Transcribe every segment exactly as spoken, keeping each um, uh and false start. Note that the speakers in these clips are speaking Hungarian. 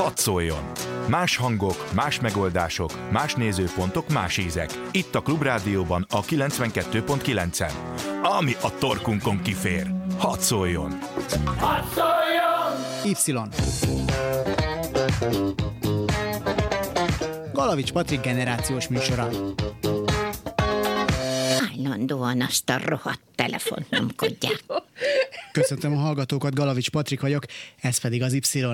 Hadd szóljon! Más hangok, más megoldások, más nézőpontok, más ízek. Itt a Klubrádióban a kilencvenkettő pont kilencen. Ami a torkunkon kifér. Hadd szóljon! Hadd szóljon! Y. Galavics Patrik generációs műsora. Állandóan azt a rohadt telefont nyomkodják. Köszöntöm a hallgatókat, Galavics Patrik vagyok, ez pedig az Y.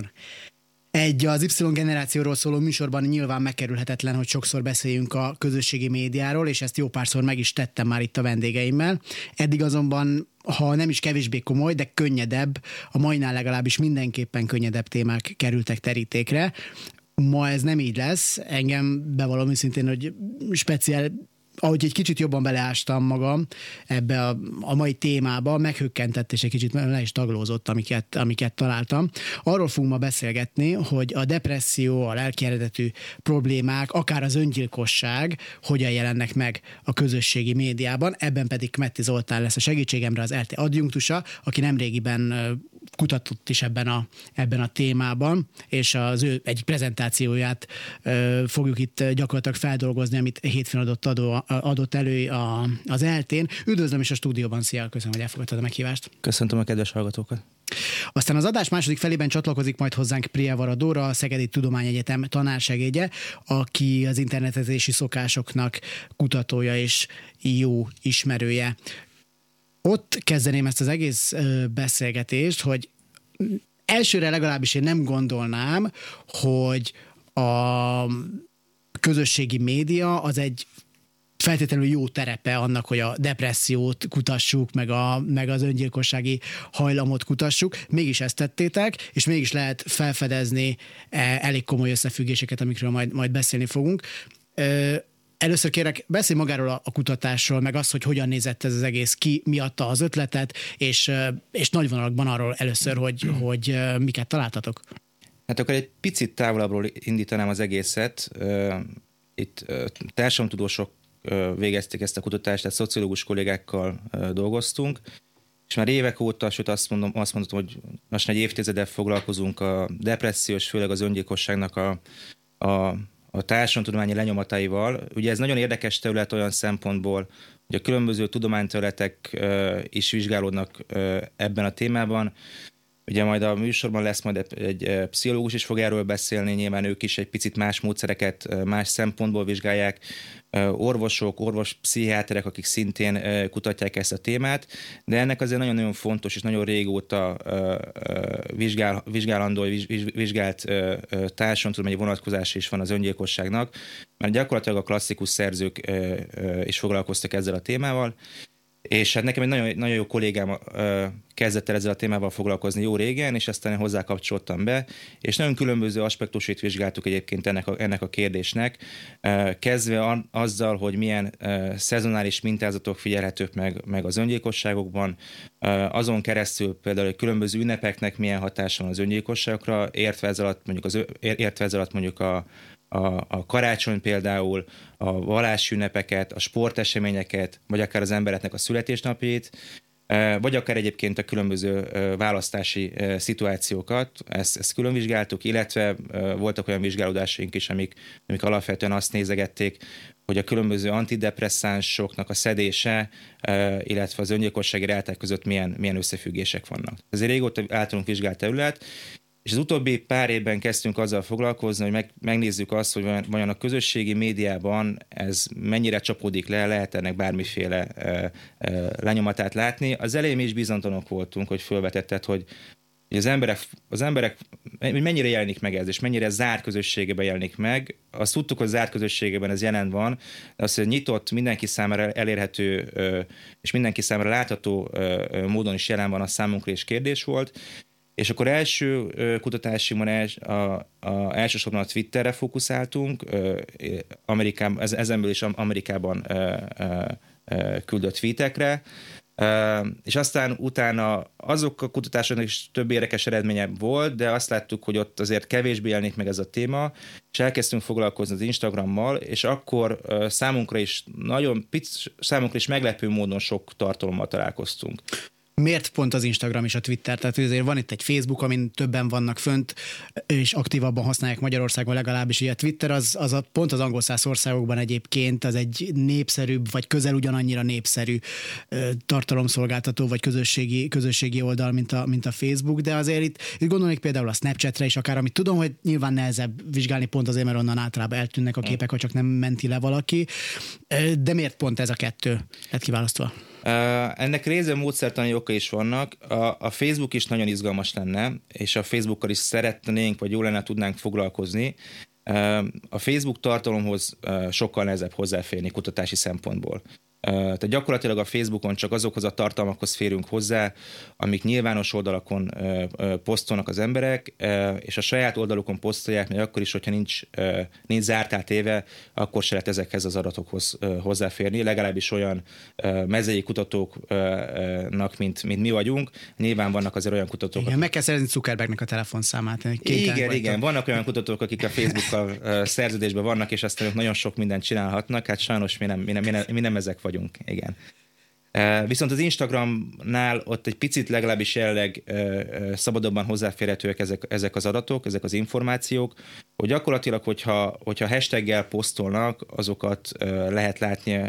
Egy az Y generációról szóló műsorban nyilván megkerülhetetlen, hogy sokszor beszéljünk a közösségi médiáról, és ezt jó párszor meg is tettem már itt a vendégeimmel. Eddig azonban, ha nem is kevésbé komoly, de könnyedebb, a mainál legalábbis mindenképpen könnyedebb témák kerültek terítékre. Ma ez nem így lesz. Engem bevallom őszintén, hogy speciál, ahogy egy kicsit jobban beleástam magam ebbe a, a mai témába, meghökkentett és egy kicsit le is taglózott, amiket, amiket találtam. Arról fogunk ma beszélgetni, hogy a depresszió, a lelki eredetű problémák, akár az öngyilkosság hogyan jelennek meg a közösségi médiában. Ebben pedig Kmetti Zoltán lesz a segítségemre, az er té adjunktusa, aki nemrégiben kutatott is ebben a, ebben a témában, és az ő egyik prezentációját ö, fogjuk itt gyakorlatilag feldolgozni, amit hétfőn adott, adó, adott elő a, az é el té-n. Üdvözlöm is a stúdióban, szia, köszönöm, hogy elfogadtad a meghívást. Köszöntöm a kedves hallgatókat. Aztán az adás második felében csatlakozik majd hozzánk Priavara Dóra, a Szegedi Tudományegyetem tanársegédje, aki az internetezési szokásoknak kutatója és jó ismerője. Ott kezdeném ezt az egész beszélgetést, hogy elsőre legalábbis én nem gondolnám, hogy a közösségi média az egy feltétlenül jó terepe annak, hogy a depressziót kutassuk, meg, a, meg az öngyilkossági hajlamot kutassuk. Mégis ezt tettétek, és mégis lehet felfedezni elég komoly összefüggéseket, amikről majd, majd beszélni fogunk. Először kérek, beszélj magáról a, a kutatásról, meg azt, hogy hogyan nézett ez az egész ki, mi adta az ötletet, és, és nagy vonalakban arról először, hogy, hogy miket találtatok. Hát akkor egy picit távolabbról indítanám az egészet. Itt társadalomtudósok végezték ezt a kutatást, tehát szociológus kollégákkal dolgoztunk, és már évek óta, sőt azt, mondom, azt mondhatom, hogy lassan egy évtizeddel foglalkozunk a depressziós, főleg az öngyilkosságnak a, a a társadalomtudományi lenyomataival. Ugye ez nagyon érdekes terület olyan szempontból, hogy a különböző tudományterületek uh, is vizsgálódnak uh, ebben a témában. Ugye majd a műsorban lesz majd egy, egy, egy pszichológus is fog erről beszélni, nyilván ők is egy picit más módszereket, más szempontból vizsgálják. Orvosok, orvospszichiáterek, akik szintén kutatják ezt a témát, de ennek azért nagyon-nagyon fontos és nagyon régóta vizsgál, vizsgálandó, vizsgált társadalomtudományi vonatkozása is van az öngyilkosságnak, mert gyakorlatilag a klasszikus szerzők is foglalkoztak ezzel a témával, és hát nekem egy nagyon, nagyon jó kollégám kezdett el ezzel a témával foglalkozni jó régen, és aztán hozzá kapcsoltam be, és nagyon különböző aspektusait vizsgáltuk egyébként ennek a, ennek a kérdésnek, kezdve azzal, hogy milyen szezonális mintázatok figyelhetők meg, meg az öngyilkosságokban, azon keresztül például, hogy különböző ünnepeknek milyen hatása van az öngyilkosságokra, értve ez alatt mondjuk, az, értve ez alatt mondjuk a A, a karácsony például, a vallási ünnepeket, a sporteseményeket, vagy akár az embereknek a születésnapjait, vagy akár egyébként a különböző választási szituációkat, ezt, ezt külön vizsgáltuk, illetve voltak olyan vizsgálódásaink is, amik, amik alapvetően azt nézegették, hogy a különböző antidepresszánsoknak a szedése, illetve az öngyilkossági ráták között milyen, milyen összefüggések vannak. Ez egy régóta általunk vizsgált terület, és az utóbbi pár évben kezdtünk azzal foglalkozni, hogy meg, megnézzük azt, hogy vajon a közösségi médiában ez mennyire csapódik le, lehet ennek bármiféle e, e, lenyomatát látni. Az elején mi is bizonytalanok voltunk, hogy felvetetted, hogy, hogy az emberek, az emberek mennyire jelenik meg ez, és mennyire zárt közösségében jelenik meg. Azt tudtuk, hogy zárt közösségében ez jelen van, de az, hogy nyitott, mindenki számára elérhető és mindenki számára látható módon is jelen van, az számunkra is kérdés volt. És akkor első kutatásunkban els, a, a, elsősorban a Twitterre fókuszáltunk, Amerikában, ezenből is Amerikában küldött tweetekre, és aztán utána azok a kutatásoknak is több érdekes eredménye volt, de azt láttuk, hogy ott azért kevésbé jelenik meg ez a téma, és elkezdtünk foglalkozni az Instagrammal, és akkor számunkra is nagyon pic, számunkra is meglepő módon sok tartalommal találkoztunk. Miért pont az Instagram és a Twitter? Tehát azért van itt egy Facebook, amin többen vannak fönt, és aktívabban használják Magyarországon legalábbis. Ugye a Twitter az, az a, pont az angol száz országokban egyébként az egy népszerűbb, vagy közel ugyanannyira népszerű tartalomszolgáltató, vagy közösségi, közösségi oldal, mint a, mint a Facebook, de azért itt, itt gondolnék például a Snapchatre is akár, amit tudom, hogy nyilván nehezebb vizsgálni pont azért, mert onnan általában eltűnnek a képek, ha csak nem menti le valaki. De miért pont ez a kettő lett kiválasztva? Uh, ennek részben módszertani oka is vannak. A, a Facebook is nagyon izgalmas lenne, és a Facebookkal is szeretnénk, vagy jól lenne tudnánk foglalkozni. Uh, a Facebook tartalomhoz uh, sokkal nehezebb hozzáférni kutatási szempontból. Tehát gyakorlatilag a Facebookon csak azokhoz a tartalmakhoz férünk hozzá, amik nyilvános oldalakon posztolnak az emberek, és a saját oldalukon posztolják, mert akkor is, hogyha nincs, nincs zártá téve, akkor se lehet ezekhez az adatokhoz hozzáférni, legalábbis olyan mezei kutatóknak, mint, mint mi vagyunk. Nyilván vannak azért olyan kutatók, igen, akik... meg kell szerezni Zuckerbergnek a telefonszámát. Igen, igen, vannak olyan kutatók, akik a Facebookkal szerződésben vannak, és aztán ők nagyon sok mindent csinálhatnak, hát sajnos mi nem, mi nem, mi nem, mi nem ezek vagyunk. Igen. Viszont az Instagramnál ott egy picit legalábbis jelenleg szabadabban hozzáférhetőek ezek, ezek az adatok, ezek az információk, hogy gyakorlatilag, hogyha, hogyha hashtaggel posztolnak, azokat lehet látni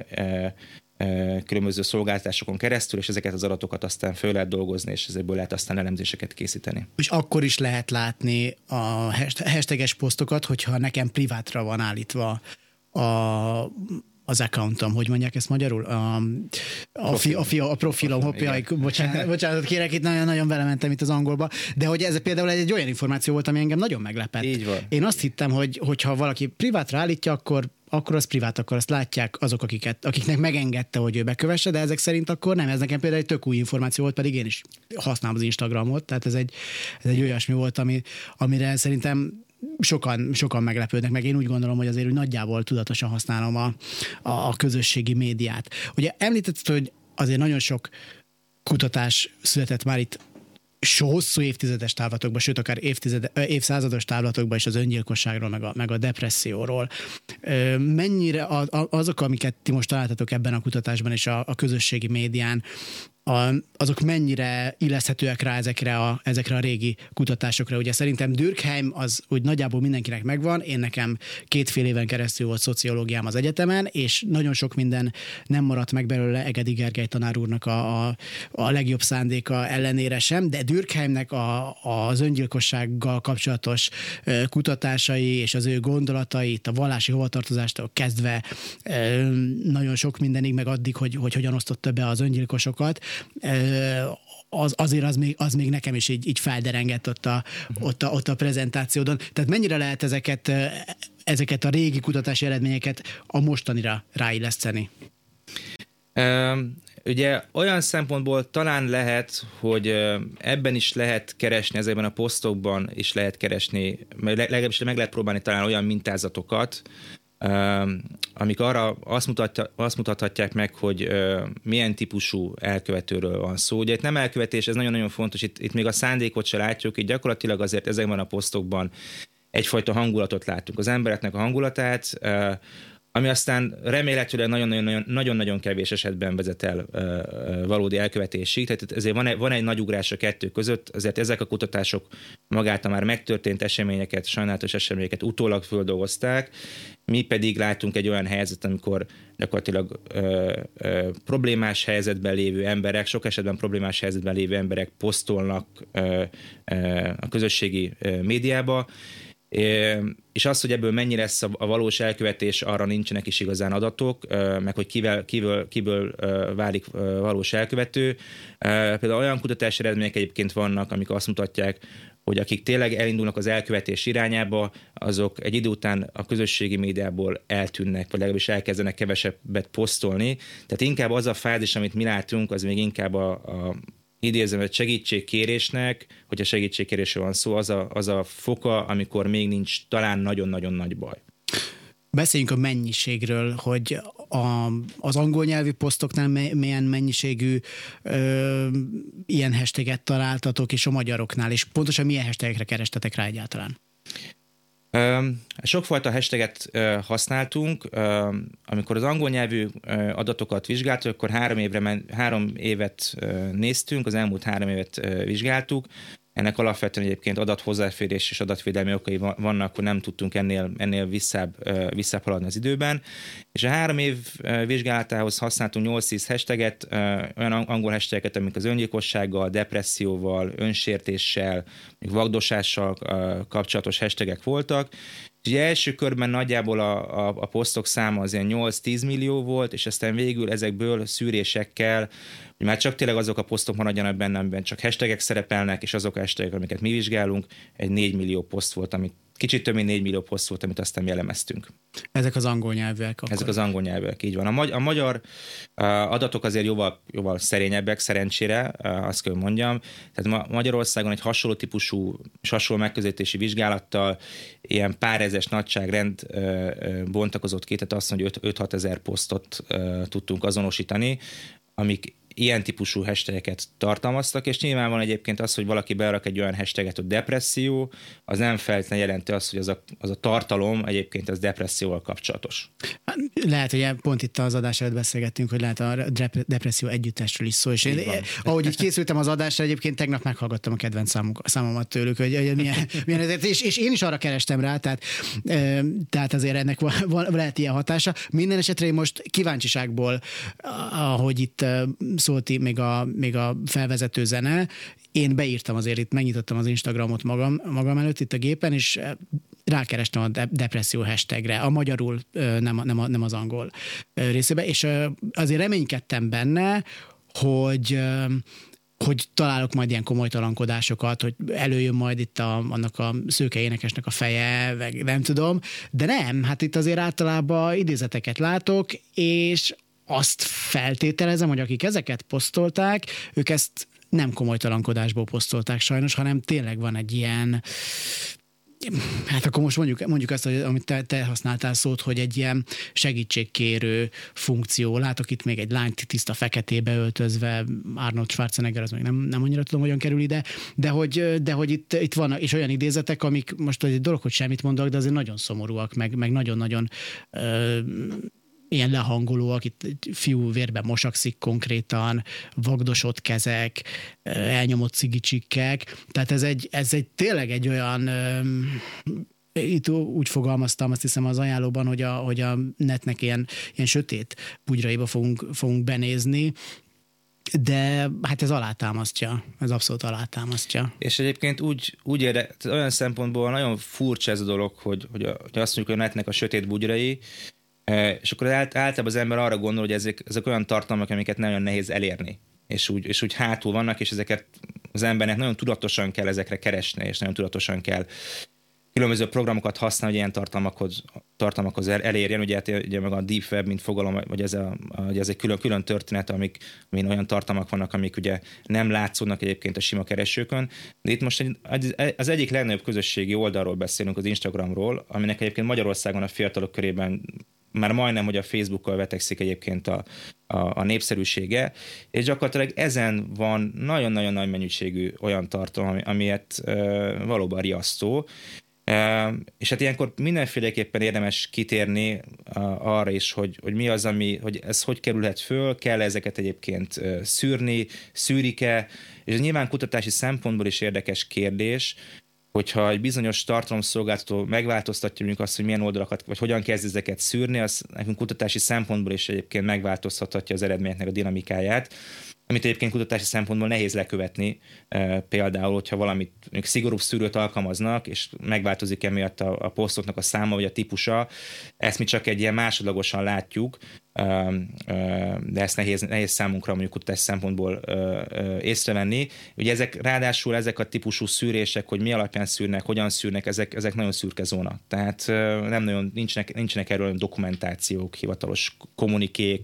különböző szolgáltatásokon keresztül, és ezeket az adatokat aztán föl lehet dolgozni, és ezekből lehet aztán elemzéseket készíteni. És akkor is lehet látni a hashtages posztokat, hogyha nekem privátra van állítva a az accountom, hogy mondják ezt magyarul? A, a, fi, a, fi, a profilom, hoppjaj, bocsánat, bocsánat, kérek, itt nagyon-nagyon belementem itt az angolba, de hogy ez például egy olyan információ volt, ami engem nagyon meglepett. Így van. Én azt hittem, hogy hogyha valaki privátra állítja, akkor akkor az privát, akkor azt látják azok, akiket, akiknek megengedte, hogy ő bekövesse, de ezek szerint akkor nem. Ez nekem például egy tök új információ volt, pedig én is használom az Instagramot, tehát ez egy, ez egy olyasmi volt, ami, amire szerintem sokan, sokan meglepődnek, meg én úgy gondolom, hogy azért úgy nagyjából tudatosan használom a, a, a közösségi médiát. Ugye említetted, hogy azért nagyon sok kutatás született már itt so hosszú évtizedes távlatokban, sőt akár évtized, évszázados távlatokban is az öngyilkosságról, meg a, meg a depresszióról. Mennyire azok, amiket ti most találtatok ebben a kutatásban és a, a közösségi médián, a, azok mennyire illeszthetőek rá ezekre a, ezekre a régi kutatásokra? Ugye szerintem Durkheim az úgy nagyjából mindenkinek megvan, én nekem kétfél éven keresztül volt szociológiám az egyetemen, és nagyon sok minden nem maradt meg belőle Egedi Gergely tanár úrnak a, a, a legjobb szándéka ellenére sem, de Durkheimnek a, az öngyilkossággal kapcsolatos kutatásai és az ő gondolatait, a vallási hovatartozástól kezdve nagyon sok mindenig, meg addig, hogy, hogy hogyan osztotta be az öngyilkosokat, az, azért az még, az még nekem is így, így felderengett ott a, ott, a, ott a prezentációdon. Tehát mennyire lehet ezeket, ezeket a régi kutatási eredményeket a mostanira ráilleszteni? Um. Ugye olyan szempontból talán lehet, hogy ebben is lehet keresni, ezekben a posztokban is lehet keresni, legalábbis meg lehet próbálni talán olyan mintázatokat, amik arra azt, mutatja, azt mutathatják meg, hogy milyen típusú elkövetőről van szó. Ugye itt nem elkövetés, ez nagyon-nagyon fontos, itt, itt még a szándékot se látjuk, itt gyakorlatilag azért ezekben a posztokban egyfajta hangulatot látunk. Az embereknek a hangulatát, ami aztán remélhetőleg nagyon-nagyon kevés esetben vezet el uh, valódi elkövetésig. Tehát ezért van egy, van egy nagy ugrás a kettő között, azért ezek a kutatások magát a már megtörtént eseményeket, sajnálatos eseményeket utólag földolgozták, mi pedig látunk egy olyan helyzet, amikor gyakorlatilag uh, uh, problémás helyzetben lévő emberek, sok esetben problémás helyzetben lévő emberek posztolnak uh, uh, a közösségi uh, médiába, és az, hogy ebből mennyi lesz a valós elkövetés, arra nincsenek is igazán adatok, meg hogy kivel, kiből, kiből válik valós elkövető. Például olyan kutatási eredmények egyébként vannak, amik azt mutatják, hogy akik tényleg elindulnak az elkövetés irányába, azok egy idő után a közösségi médiából eltűnnek, vagy legalábbis elkezdenek kevesebbet posztolni. Tehát inkább az a fázis, amit mi látunk, az még inkább a, a idézem, hogy segítségkérésnek, hogyha segítségkérésről van szó, az a, az a foka, amikor még nincs talán nagyon-nagyon nagy baj. Beszéljünk a mennyiségről, hogy a, az angol nyelvű posztoknál milyen mennyiségű ö, ilyen hashtaget találtatok, és a magyaroknál, és pontosan milyen hashtagekre kerestetek rá egyáltalán? Sokfajta hashtaget használtunk. Amikor az angol nyelvű adatokat vizsgáltuk, akkor három, évre men, három évet néztünk, az elmúlt három évet vizsgáltuk. Ennek alapvetően egyébként adathozzáférés és adatvédelmi okai vannak, akkor nem tudtunk ennél, ennél visszább, visszább haladni az időben. És a három év vizsgálatához használtunk nyolc-tíz hashtaget, olyan angol hashtageket, amik az öngyilkossággal, depresszióval, önsértéssel, vagdosással kapcsolatos hashtagek voltak. Ugye első körben nagyjából a, a, a posztok száma az ilyen nyolc-tíz millió volt, és aztán végül ezekből szűrésekkel, hogy már csak tényleg azok a posztok maradjanak benne, amiben csak hashtagek szerepelnek, és azok a hashtagek, amiket mi vizsgálunk, egy négy millió poszt volt, amit kicsit több mint négy millió poszt volt, amit aztán mi elemeztünk. Ezek az angol nyelvűek akkor. Ezek az angol nyelvűek, így van. A, magy- a magyar uh, adatok azért jóval, jóval szerényebbek, szerencsére, uh, azt kell mondjam. Tehát ma- Magyarországon egy hasonló típusú és hasonló megközelítési vizsgálattal ilyen pár ezes nagyságrend uh, uh, bontakozott ki, tehát azt mondja, hogy öt-hat ezer posztot uh, tudtunk azonosítani, amik ilyen típusú hashtageket tartalmaztak, és nyilván van egyébként az, hogy valaki berak egy olyan hashtaget, hogy depresszió, az nem feltétlenül jelenti azt, hogy az a, az a tartalom egyébként az depresszióval kapcsolatos. Lehet, hogy pont itt az adás előtt beszélgettünk, hogy lehet a depresszió együttesről is szó, és én, ahogy így készültem az adásra, egyébként tegnap meghallgattam a kedvenc számuk, számomat tőlük, hogy, hogy milyen, milyen ez, és, és én is arra kerestem rá, tehát, tehát azért ennek van, van, lehet ilyen hatása. Minden esetre én most kíváncsiságból, ahogy itt szólt még a, még a felvezető zene, én beírtam azért, itt megnyitottam az Instagramot magam, magam előtt itt a gépen, és rákerestem a depresszió hashtagre, a magyarul, nem, a, nem, a, nem az angol részébe, és azért reménykedtem benne, hogy hogy találok majd ilyen komolytalankodásokat, hogy előjön majd itt a, annak a szőke énekesnek a feje, meg nem tudom, de nem, hát itt azért általában idézeteket látok, és azt feltételezem, hogy akik ezeket posztolták, ők ezt nem komolytalankodásból posztolták sajnos, hanem tényleg van egy ilyen, hát akkor most mondjuk, mondjuk azt, amit te, te használtál szót, hogy egy ilyen segítségkérő funkció. Látok itt még egy lányt tiszta feketébe öltözve, Arnold Schwarzenegger, az még nem, nem annyira tudom, hogyan kerül ide, de hogy, de hogy itt, itt vannak és olyan idézetek, amik most egy dolog, hogy semmit mondok, de azért nagyon szomorúak, meg, meg nagyon-nagyon ö, ilyen lehangolóak, itt egy fiú vérben mosakszik konkrétan, vagdosott kezek, elnyomott cigicsikkek, tehát ez egy, ez egy tényleg egy olyan, itt úgy fogalmaztam, azt hiszem az ajánlóban, hogy a, hogy a netnek ilyen, ilyen sötét bugyraiba fogunk, fogunk benézni, de hát ez alátámasztja, ez abszolút alátámasztja. És egyébként úgy, úgy érde, olyan szempontból nagyon furcsa ez a dolog, hogy, hogy, a, hogy azt mondjuk, hogy a netnek a sötét bugyrai, és akkor általában az ember arra gondol, hogy ezek, ezek olyan tartalmak, amiket nagyon nehéz elérni, és úgy, és úgy hátul vannak, és ezeket az embernek nagyon tudatosan kell ezekre keresni, és nagyon tudatosan kell különböző programokat használni, hogy ilyen tartalmakhoz, tartalmakhoz elérjen. Ugye, hát, ugye meg a Deep Web, mint fogalom, vagy ez, a, vagy ez egy külön, külön történet, amik, amin olyan tartalmak vannak, amik ugye nem látszódnak egyébként a sima keresőkön. De itt most egy, az egyik legnagyobb közösségi oldalról beszélünk, az Instagramról, aminek egyébként Magyarországon a fiatalok körében már majdnem, hogy a Facebookkal vetekszik egyébként a, a, a népszerűsége, és gyakorlatilag ezen van nagyon-nagyon nagy mennyiségű olyan tartalom, amilyet e, valóban riasztó. E, és hát ilyenkor mindenféleképpen érdemes kitérni a, arra is, hogy, hogy mi az, ami, hogy ez hogy kerülhet föl, kell ezeket egyébként szűrni, szűrik-e, és ez nyilván kutatási szempontból is érdekes kérdés, hogyha egy bizonyos tartalomszolgáltató megváltoztatja mondjuk azt, hogy milyen oldalakat, vagy hogyan kezd ezeket szűrni, az nekünk kutatási szempontból is egyébként megváltoztathatja az eredményeknek a dinamikáját, amit egyébként kutatási szempontból nehéz lekövetni, például, hogyha valamit szigorúbb szűrőt alkalmaznak, és megváltozik emiatt a, a posztoknak a száma, vagy a típusa, ezt mi csak egy ilyen másodlagosan látjuk, de ezt nehéz, nehéz számunkra mondjuk kutatási szempontból észrevenni. Ugye ezek, ráadásul ezek a típusú szűrések, hogy mi alapján szűrnek, hogyan szűrnek, ezek, ezek nagyon szürke zóna. Tehát nem nagyon, nincsenek, nincsenek erről dokumentációk, hivatalos kommunikék.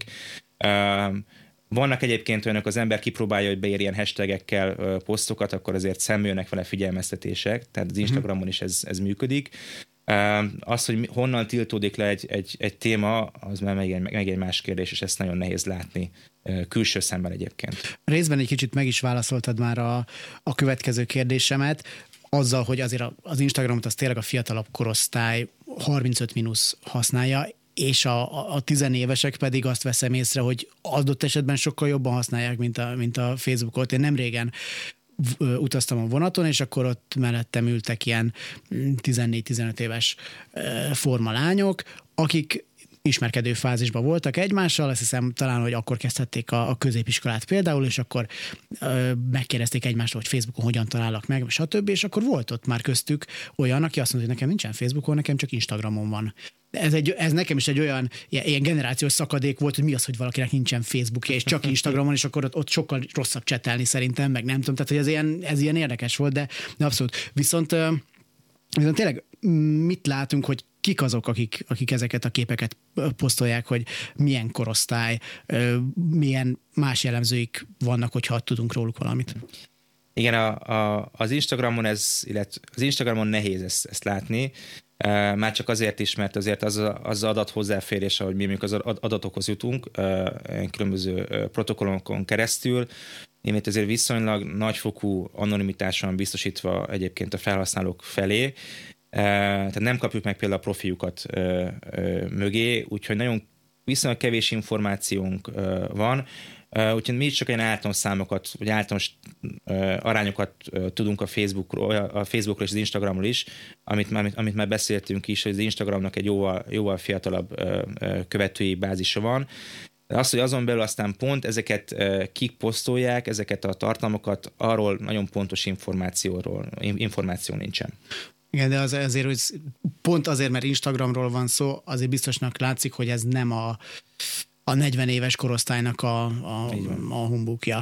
Vannak egyébként olyanok, az ember kipróbálja, hogy beér ilyen hashtagekkel posztokat, akkor azért szemülnek vele figyelmeztetések, tehát az Instagramon is ez, ez működik. Az, hogy honnan tiltódik le egy, egy, egy téma, az már meg egy, meg egy más kérdés, és ezt nagyon nehéz látni külső szemben egyébként. Részben egy kicsit meg is válaszoltad már a, a következő kérdésemet. azzal, hogy azért az Instagramot az tényleg a fiatalabb korosztály harmincöt mínusz használja, és a, a tizenévesek pedig azt veszem észre, hogy adott esetben sokkal jobban használják, mint a, mint a Facebookot. Én nem régen utaztam a vonaton, és akkor ott mellettem ültek ilyen tizennégy-tizenöt éves forma lányok, akik ismerkedő fázisban voltak egymással, azt hiszem talán, hogy akkor kezdhették a, a középiskolát például, és akkor ö, megkérdezték egymást, hogy Facebookon hogyan találnak meg, stb. És akkor volt ott már köztük olyan, aki azt mondta, hogy nekem nincsen Facebookon, nekem csak Instagramon van. Ez, egy, ez nekem is egy olyan ilyen, ilyen generációs szakadék volt, hogy mi az, hogy valakinek nincsen Facebookja, és csak Instagramon, és akkor ott, ott sokkal rosszabb csetelni szerintem, meg nem tudom, tehát hogy ez ilyen, ez ilyen érdekes volt, de, de abszolút. Viszont, viszont tényleg mit látunk, hogy kik azok, akik, akik ezeket a képeket posztolják, hogy milyen korosztály, milyen más jellemzőik vannak, hogyha tudunk róluk valamit? Igen, a, a, az Instagramon ez, illetve az Instagramon nehéz ezt, ezt látni, már csak azért is, mert azért az, az adat hozzáférés, ahogy mi mondjuk az adatokhoz jutunk, különböző protokollokon keresztül, én azért viszonylag nagyfokú anonimitás van biztosítva egyébként a felhasználók felé, tehát nem kapjuk meg például a profiukat mögé, úgyhogy nagyon viszonylag kevés információnk van, úgyhogy mi is csak olyan általános számokat, vagy általános arányokat tudunk a Facebookról, a Facebookról és az Instagramról is, amit már, amit már beszéltünk is, hogy az Instagramnak egy jóval, jóval fiatalabb követői bázisa van. De az, hogy azon belül aztán pont ezeket kik posztolják, ezeket a tartalmakat, arról nagyon pontos információról, információ nincsen. Igen, de az azért, hogy pont azért, mert Instagramról van szó, azért biztosnak látszik, hogy ez nem a, a negyven éves korosztálynak a, a, a humbukja.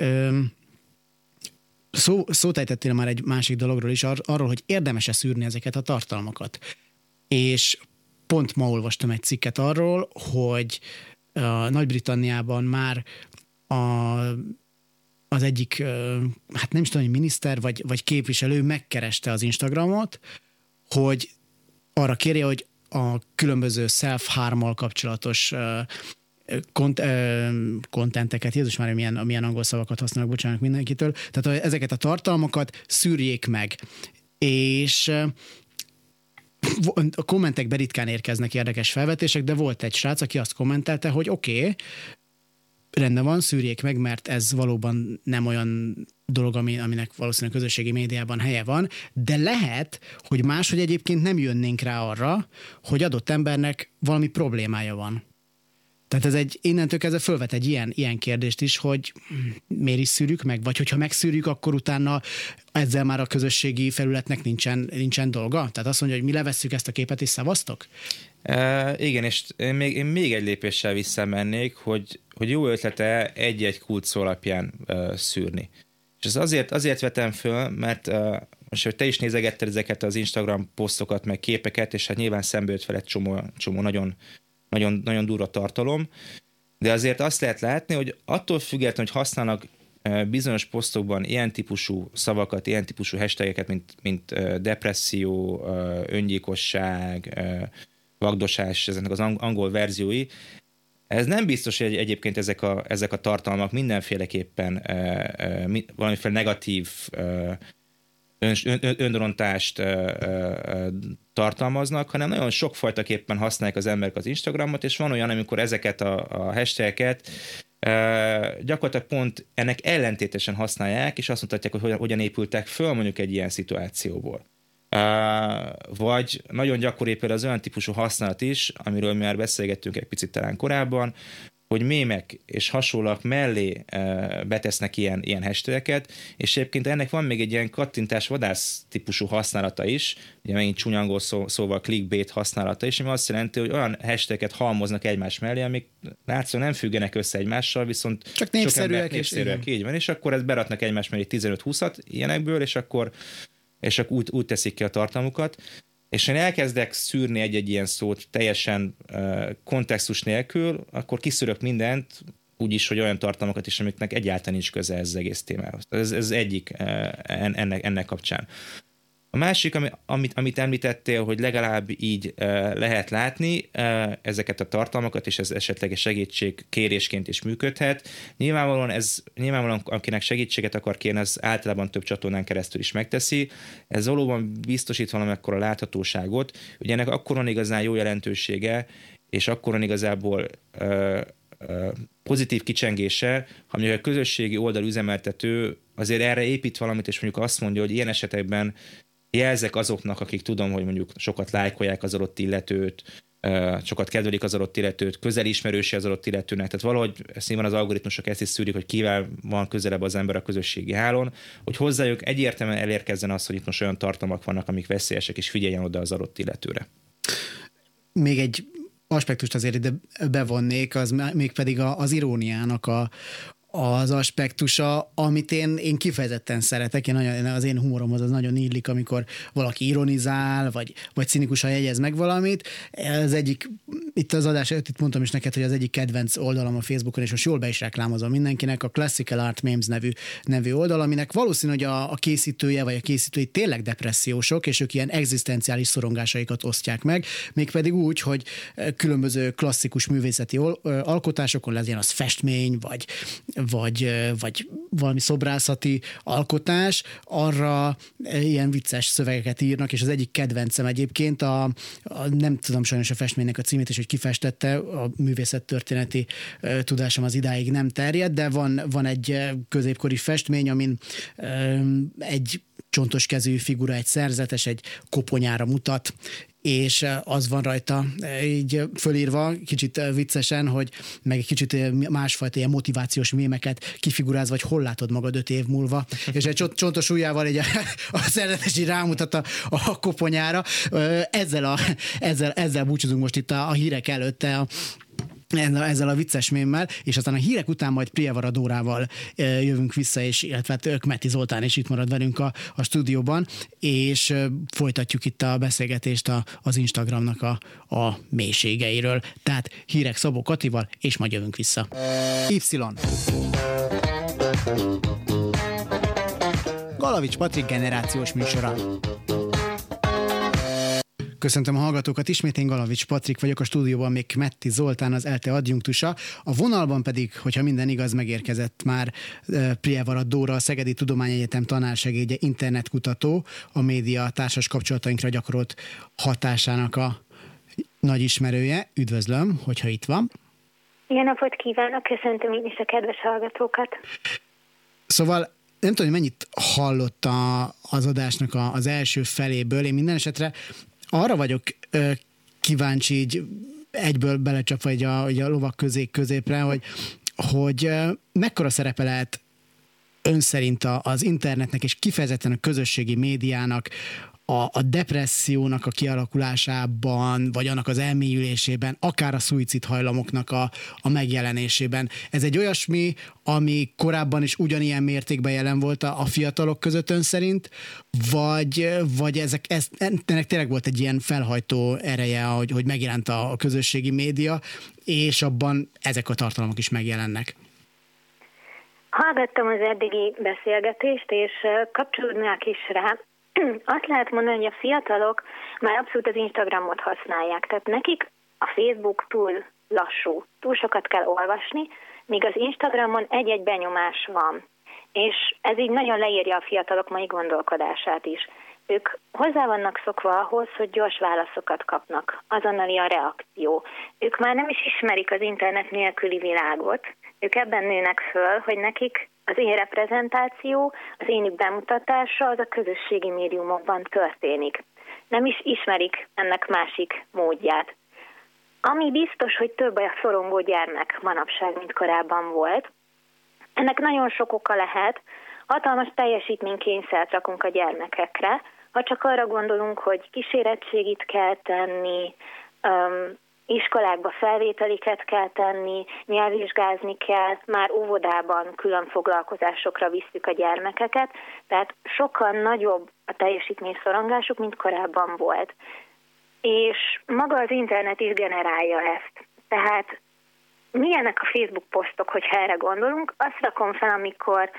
Szó, szót ejtettél már egy másik dologról is, ar, arról, hogy érdemes-e szűrni ezeket a tartalmakat. És pont ma olvastam egy cikket arról, hogy a Nagy-Britanniában már a az egyik, hát nem is tudom, hogy miniszter vagy, vagy képviselő megkereste az Instagramot, hogy arra kérje, hogy a különböző self-harm-mal kapcsolatos kont, kontenteket, Jézus már, milyen, milyen angol szavakat használok, bocsánat mindenkitől, tehát ezeket a tartalmakat szűrjék meg. És a kommentekben ritkán érkeznek érdekes felvetések, de volt egy srác, aki azt kommentelte, hogy oké, okay, rendben van, szűrjék meg, mert ez valóban nem olyan dolog, ami, aminek valószínűleg közösségi médiában helye van, de lehet, hogy máshogy egyébként nem jönnénk rá arra, hogy adott embernek valami problémája van. Tehát ez egy, innentől kezdve fölvet egy ilyen, ilyen kérdést is, hogy miért is szűrjük meg, vagy hogyha megszűrjük, akkor utána ezzel már a közösségi felületnek nincsen, nincsen dolga? Tehát azt mondja, hogy mi levesszük ezt a képet és szavaztok? Uh, igen, és én még, én még egy lépéssel visszamennék, hogy, hogy jó ötlete egy-egy kulcsszó alapján uh, szűrni. És ez azért, azért vetem föl, mert uh, most, hogy te is nézegetted ezeket az Instagram posztokat, meg képeket, és hát nyilván szembe jött fel egy csomó, csomó nagyon, nagyon, nagyon durva tartalom, de azért azt lehet látni, hogy attól függetlenül, hogy használnak uh, bizonyos posztokban ilyen típusú szavakat, ilyen típusú hashtageket, mint, mint uh, depresszió, uh, öngyilkosság, uh, vagdosás, ezeknek az angol verziói. Ez nem biztos, hogy egyébként ezek a, ezek a tartalmak mindenféleképpen e, e, valamiféle negatív e, ön, ön, önrontást e, e, tartalmaznak, hanem nagyon sokfajtaképpen használják az emberek az Instagramot, és van olyan, amikor ezeket a, a hashtageket e, gyakorlatilag pont ennek ellentétesen használják, és azt mutatják, hogy hogyan épültek föl mondjuk egy ilyen szituációból. Uh, vagy nagyon gyakori például az olyan típusú használat is, amiről mi már beszélgettünk egy picit talán korábban, hogy mémek és hasonlóak mellé uh, betesznek ilyen, ilyen hashtageket, és egyébként ennek van még egy ilyen kattintás vadász típusú használata is, ugye megint csúnyangol szó, szóval clickbait használata is, ami azt jelenti, hogy olyan hashtaget halmoznak egymás mellé, amik látszólag nem függenek össze egymással, viszont csak népszerűek, népszerűek és így van, és akkor ezt beratnak egymás mellé tizenöt-húszat ilyenekből, és akkor és akkor úgy, úgy teszik ki a tartalmukat, és én elkezdek szűrni egy-egy ilyen szót teljesen uh, kontextus nélkül, akkor kiszűrök mindent, úgyis, hogy olyan tartalmakat is, amiknek egyáltalán nincs köze ez az egész témához. Ez, ez egyik uh, ennek, ennek kapcsán. A másik, amit, amit említettél, hogy legalább így e, lehet látni e, ezeket a tartalmakat, és ez esetleges segítség kérésként is működhet. Nyilvánvalóan, ez, nyilvánvalóan akinek segítséget akar kérni, az általában több csatornán keresztül is megteszi. Ez valóban biztosít valamekkora láthatóságot. Ugye ennek akkor van igazán jó jelentősége, és akkor van igazából e, e, pozitív kicsengése, ha mondjuk a közösségi oldal üzemeltető azért erre épít valamit, és mondjuk azt mondja, hogy ilyen esetekben jelzek azoknak, akik tudom, hogy mondjuk sokat lájkolják az adott illetőt, sokat kedvelik az adott illetőt, közelismerőse az adott illetőnek, tehát valahogy ezt nyilván az algoritmusok ezt is szűrik, hogy kivel van közelebb az ember a közösségi hálón, hogy hozzájuk egyértelműen elérkezzen az, hogy itt most olyan tartalmak vannak, amik veszélyesek, és figyeljen oda az adott illetőre. Még egy aspektust azért ide bevonnék, az mégpedig az iróniának a, az aspektusa, amit én, én kifejezetten szeretek. Én nagyon, az én humoromhoz az nagyon illik, amikor valaki ironizál, vagy, vagy cinikusan jegyez meg valamit. Az egyik, itt az adás, itt mondtam is neked, hogy az egyik kedvenc oldalam a Facebookon, és most jól be is reklámozom mindenkinek, a Classical Art Memes nevű, nevű oldal, aminek valószínű, hogy a, a készítője, vagy a készítői tényleg depressziósok, és ők ilyen egzisztenciális szorongásaikat osztják meg, mégpedig úgy, hogy különböző klasszikus művészeti alkotásokon, legyen az festmény, vagy Vagy, vagy valami szobrászati alkotás, arra ilyen vicces szövegeket írnak, és az egyik kedvencem egyébként, a, a, nem tudom sajnos a festménynek a címét, és hogy kifestette, a művészettörténeti uh, tudásom az idáig nem terjed, de van, van egy középkori festmény, amin um, egy csontos kezű figura, egy szerzetes, egy koponyára mutat, és az van rajta így fölírva, kicsit viccesen, hogy meg egy kicsit másfajta ilyen motivációs mémeket kifigurázva, vagy hol látod magad öt év múlva, és egy csontos ujjával egy a, a szerzetes így rámutat a, a koponyára. Ezzel, a, ezzel, ezzel búcsúzunk most itt a, a hírek előtte a ezzel a vicces mémmel, és aztán a hírek után majd Prievara Dórával jövünk vissza, és illetve hát Kmeti Zoltán is itt marad velünk a, a stúdióban, és folytatjuk itt a beszélgetést a, az Instagramnak a, a mélységeiről. Tehát hírek Szabó Katival, és majd jövünk vissza. Y. Galavics Patrik generációs műsora. Köszöntöm a hallgatókat, ismét én Galavics Patrik vagyok, a stúdióban még Kmetti Zoltán, az ELTE adjunktusa, a vonalban pedig, hogyha minden igaz, megérkezett már Prievara Dóra, a Szegedi Tudományegyetem tanársegédje, internetkutató, a média társas kapcsolatainkra gyakorolt hatásának a nagy ismerője. Üdvözlöm, hogyha itt van. Ilyen napot kívánok, köszöntöm én is a kedves hallgatókat. Szóval nem tudom, hogy mennyit hallott a, az adásnak a, az első feléből, én minden esetre arra vagyok ö, kíváncsi, így egyből belecsapva így a, így a lovak közé középre, hogy, hogy ö, mekkora szerepe lehet ön szerint az internetnek és kifejezetten a közösségi médiának a, a depressziónak a kialakulásában, vagy annak az elmélyülésében, akár a szuicidhajlamoknak a, a megjelenésében. Ez egy olyasmi, ami korábban is ugyanilyen mértékben jelen volt a, a fiatalok között ön szerint, vagy, vagy ezek, ez, ennek tényleg volt egy ilyen felhajtó ereje, hogy, hogy megjelent a, a közösségi média, és abban ezek a tartalmak is megjelennek? Hallgattam az eddigi beszélgetést, és kapcsolódnák is rá. Azt lehet mondani, hogy a fiatalok már abszolút az Instagramot használják. Tehát nekik a Facebook túl lassú, túl sokat kell olvasni, míg az Instagramon egy-egy benyomás van. És ez így nagyon leírja a fiatalok mai gondolkodását is. Ők hozzá vannak szokva ahhoz, hogy gyors válaszokat kapnak, azonnali a reakció. Ők már nem is ismerik az internet nélküli világot, ők ebben nőnek föl, hogy nekik az én reprezentáció, az én bemutatása az a közösségi médiumokban történik. Nem is ismerik ennek másik módját. Ami biztos, hogy több a szorongó gyermek manapság, mint korábban volt. Ennek nagyon sok oka lehet. Hatalmas teljesítménykényszert rakunk a gyermekekre, ha csak arra gondolunk, hogy kísérettségit kell tenni, um, iskolákba felvételiket kell tenni, nyelvvizsgázni kell, már óvodában külön foglalkozásokra visszük a gyermekeket, tehát sokkal nagyobb a teljesítményszorongásuk, mint korábban volt. És maga az internet is generálja ezt. Tehát milyenek a Facebook posztok, hogyha erre gondolunk? Azt rakom fel, amikor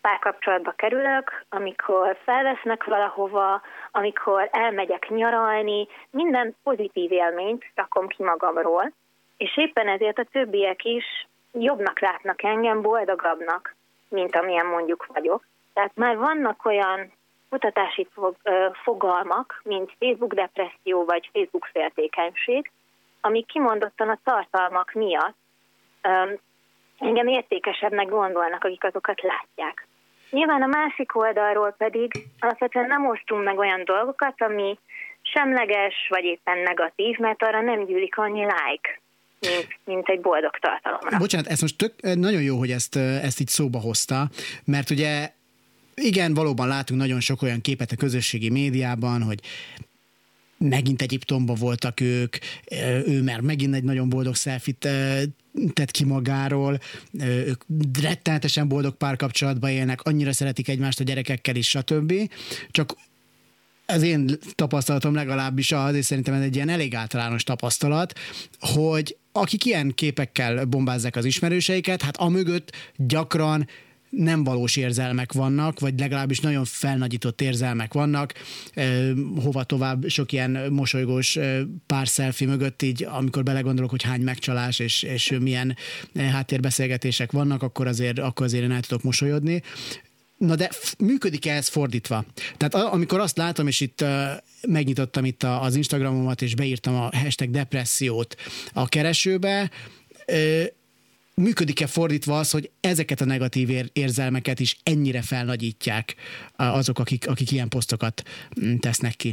párkapcsolatba kerülök, amikor felvesznek valahova, amikor elmegyek nyaralni, minden pozitív élményt rakom ki magamról, és éppen ezért a többiek is jobbnak látnak engem, boldogabbnak, mint amilyen mondjuk vagyok. Tehát már vannak olyan kutatási fogalmak, mint Facebook depresszió vagy Facebook féltékenység, amik kimondottan a tartalmak miatt um, engem értékesebbnek gondolnak, akik azokat látják. Nyilván a másik oldalról pedig alapvetően nem osztunk meg olyan dolgokat, ami semleges vagy éppen negatív, mert arra nem gyűlik annyi like, mint, mint egy boldog tartalomra. Bocsánat, ez most tök, nagyon jó, hogy ezt, ezt így szóba hozta, mert ugye igen, valóban látunk nagyon sok olyan képet a közösségi médiában, hogy megint Egyiptomban voltak ők, ő már megint egy nagyon boldog selfit tett ki magáról, ők rettenetesen boldog párkapcsolatban élnek, annyira szeretik egymást a gyerekekkel is, stb. Csak az én tapasztalatom legalábbis az, és szerintem ez egy ilyen elég általános tapasztalat, hogy akik ilyen képekkel bombázzák az ismerőseiket, hát amögött gyakran nem valós érzelmek vannak, vagy legalábbis nagyon felnagyított érzelmek vannak. Hova tovább sok ilyen mosolygós pár selfie mögött így, amikor belegondolok, hogy hány megcsalás és, és milyen háttérbeszélgetések vannak, akkor azért, akkor azért én el tudok mosolyodni. Na de működik-e ez fordítva? Tehát amikor azt látom, és itt uh, megnyitottam itt a, az Instagramomat, és beírtam a hashtag depressziót a keresőbe, uh, működik-e fordítva az, hogy ezeket a negatív érzelmeket is ennyire felnagyítják azok, akik, akik ilyen posztokat tesznek ki?